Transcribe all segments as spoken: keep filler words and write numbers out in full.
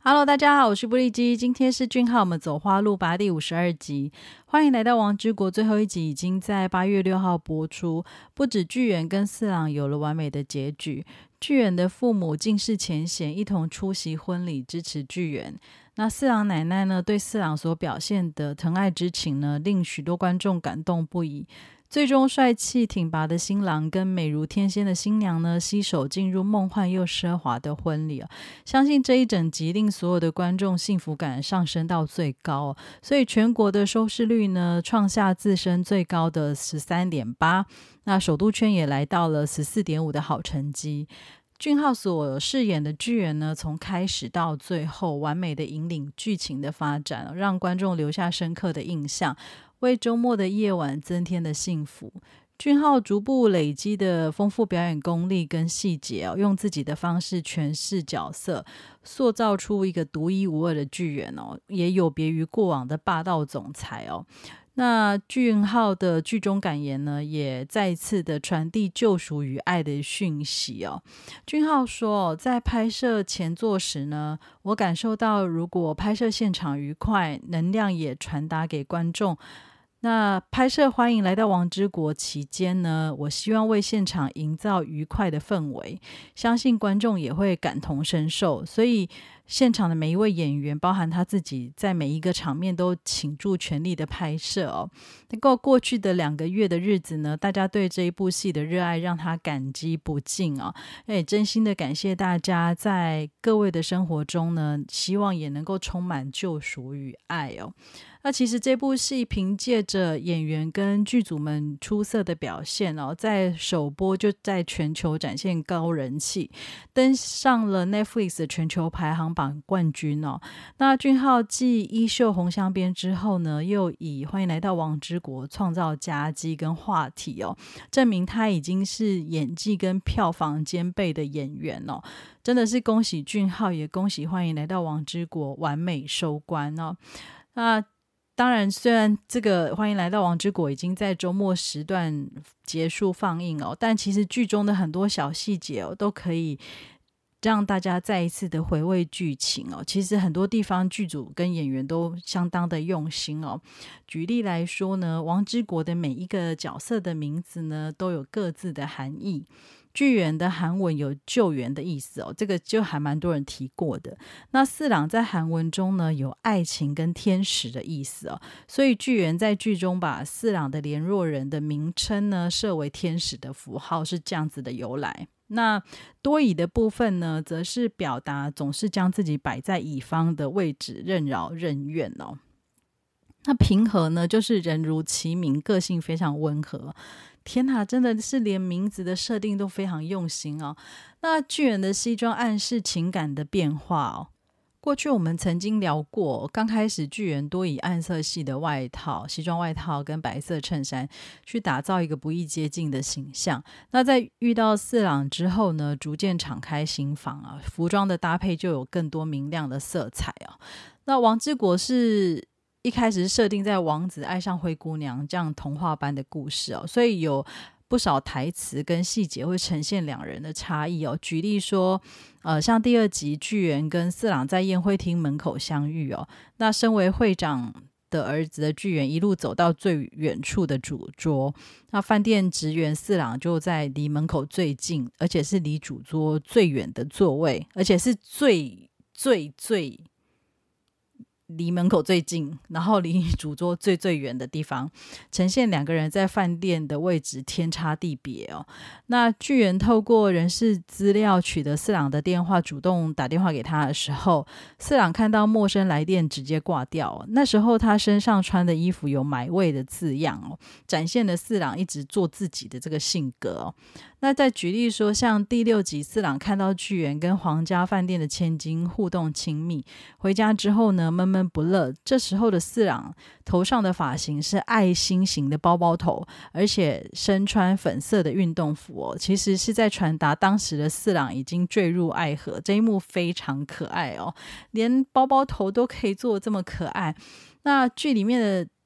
Hello，大家好，我是布利基，今天是俊浩我们走花路吧第五十二集，欢迎来到王之国。最后一集已经在八月六号播出，不止巨源跟四郎有了完美的结局，巨源的父母尽释前嫌，一同出席婚礼支持巨源。那四郎奶奶呢，对四郎所表现的疼爱之情呢，令许多观众感动不已。最终帅气挺拔的新郎跟美如天仙的新娘呢，携手进入梦幻又奢华的婚礼、哦、相信这一整集令所有的观众幸福感上升到最高、哦、所以全国的收视率呢创下自身最高的 十三点八， 那首都圈也来到了 十四点五 的好成绩。俊浩所饰演的巨源呢，从开始到最后完美的引领剧情的发展，让观众留下深刻的印象，为周末的夜晚增添了幸福。俊浩逐步累积的丰富表演功力跟细节、哦、用自己的方式诠释角色，塑造出一个独一无二的巨源、哦、也有别于过往的霸道总裁哦。那俊浩的剧中感言呢，也再一次的传递救赎与爱的讯息哦。俊浩说，在拍摄前作时呢，我感受到如果拍摄现场愉快，能量也传达给观众。那拍摄欢迎来到王之国期间呢，我希望为现场营造愉快的氛围，相信观众也会感同身受，所以现场的每一位演员包含他自己，在每一个场面都倾注全力的拍摄哦。能够过去的两个月的日子呢，大家对这一部戏的热爱让他感激不尽哦。也真心的感谢大家在各位的生活中呢，希望也能够充满救赎与爱哦。那其实这部戏凭借着演员跟剧组们出色的表现哦，在首播就在全球展现高人气，登上了 Netflix 的全球排行榜冠军哦。那俊浩继《衣袖红镶边》之后呢，又以《欢迎来到王之国》创造佳绩跟话题哦，证明他已经是演技跟票房兼备的演员哦。真的是恭喜俊浩，也恭喜《欢迎来到王之国》完美收官哦。那当然虽然这个欢迎来到王之国已经在周末时段结束放映哦，但其实剧中的很多小细节哦，都可以让大家再一次的回味剧情哦。其实很多地方剧组跟演员都相当的用心哦。举例来说呢，王之国的每一个角色的名字呢，都有各自的含义。巨源的韩文有救援的意思哦，这个就还蛮多人提过的。那四郎在韩文中呢，有爱情跟天使的意思哦，所以巨源在剧中把四郎的联络人的名称呢设为天使的符号，是这样子的由来。那多乙的部分呢，则是表达总是将自己摆在乙方的位置，任劳任怨哦。那平和呢，就是人如其名，个性非常温和。天哪，真的是连名字的设定都非常用心哦。那巨人的西装暗示情感的变化哦。过去我们曾经聊过，刚开始巨人多以暗色系的外套、西装外套跟白色衬衫去打造一个不易接近的形象。那在遇到四郎之后呢，逐渐敞开心房啊，服装的搭配就有更多明亮的色彩哦。那王之国是一开始是设定在王子爱上灰姑娘这样童话般的故事哦，所以有不少台词跟细节会呈现两人的差异哦。举例说，呃，像第二集巨源跟四郎在宴会厅门口相遇哦，那身为会长的儿子的巨源一路走到最远处的主桌，那饭店职员四郎就在离门口最近，而且是离主桌最远的座位，而且是最最最离门口最近，然后离主桌最最远的地方，呈现两个人在饭店的位置天差地别哦。那巨源透过人事资料取得四郎的电话，主动打电话给他的时候，四郎看到陌生来电直接挂掉哦。那时候他身上穿的衣服有买味的字样哦，展现了四郎一直做自己的这个性格哦。那再举例说，像第六集四郎看到巨源跟皇家饭店的千金互动亲密，回家之后呢闷闷不乐，这时候的四郎头上的发型是爱心型的包包头，而且身穿粉色的运动服哦，其实是在传达当时的四郎已经坠入爱河。这一幕非常可爱哦，连包包头都可以做这么可爱。那剧里面的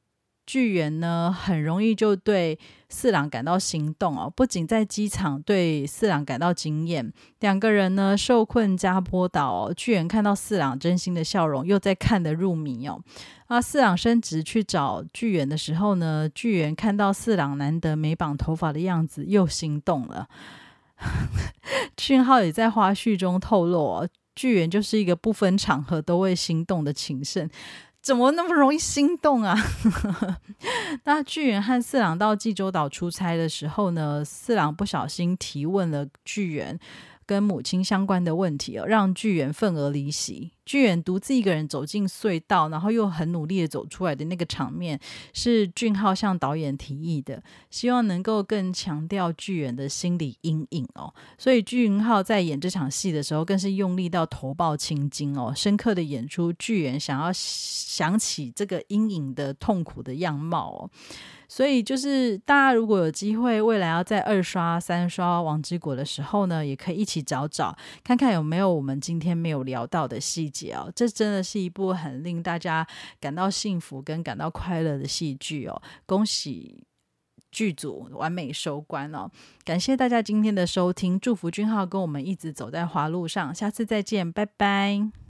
巨源呢很容易就对四郎感到心动哦，不仅在机场对四郎感到惊艳，两个人呢受困加坡岛哦，巨源看到四郎真心的笑容，又在看得入迷哦。啊，四郎升职去找巨源的时候呢，巨源看到四郎难得没绑头发的样子，又心动了。俊浩也在花絮中透露哦，巨源就是一个不分场合都会心动的情圣，怎么那么容易心动啊？那巨源和四郎到济州岛出差的时候呢，四郎不小心提问了巨源跟母亲相关的问题、哦、让巨源愤而离席。巨源独自一个人走进隧道，然后又很努力的走出来的那个场面，是俊浩向导演提议的，希望能够更强调巨源的心理阴影哦。所以俊浩在演这场戏的时候，更是用力到头爆青筋哦，深刻的演出巨源想要想起这个阴影的痛苦的样貌哦。所以就是大家如果有机会未来要在二刷三刷王之国的时候呢，也可以一起找找看看有没有我们今天没有聊到的细节哦。这真的是一部很令大家感到幸福跟感到快乐的戏剧哦，恭喜剧组完美收官哦。感谢大家今天的收听，祝福君浩跟我们一直走在华路上，下次再见，拜拜。